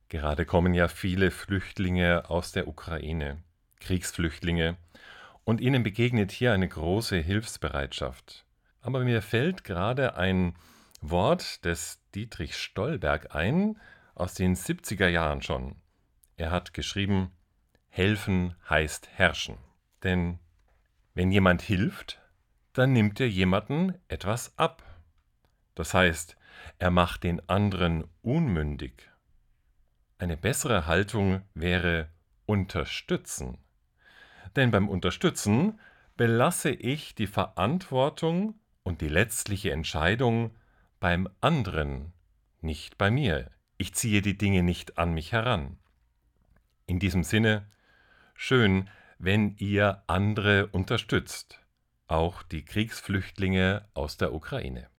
Gerade kommen ja viele Flüchtlinge aus der Ukraine, Kriegsflüchtlinge, und ihnen begegnet hier eine große Hilfsbereitschaft. Aber mir fällt gerade ein Wort des Dietrich Stollberg ein, aus den 70er Jahren schon. Er hat geschrieben, helfen heißt herrschen. Denn wenn jemand hilft, dann nimmt er jemanden etwas ab. Das heißt, er macht den anderen unmündig. Eine bessere Haltung wäre unterstützen. Denn beim Unterstützen belasse ich die Verantwortung und die letztliche Entscheidung beim anderen, nicht bei mir. Ich ziehe die Dinge nicht an mich heran. In diesem Sinne, schön, wenn ihr andere unterstützt, auch die Kriegsflüchtlinge aus der Ukraine.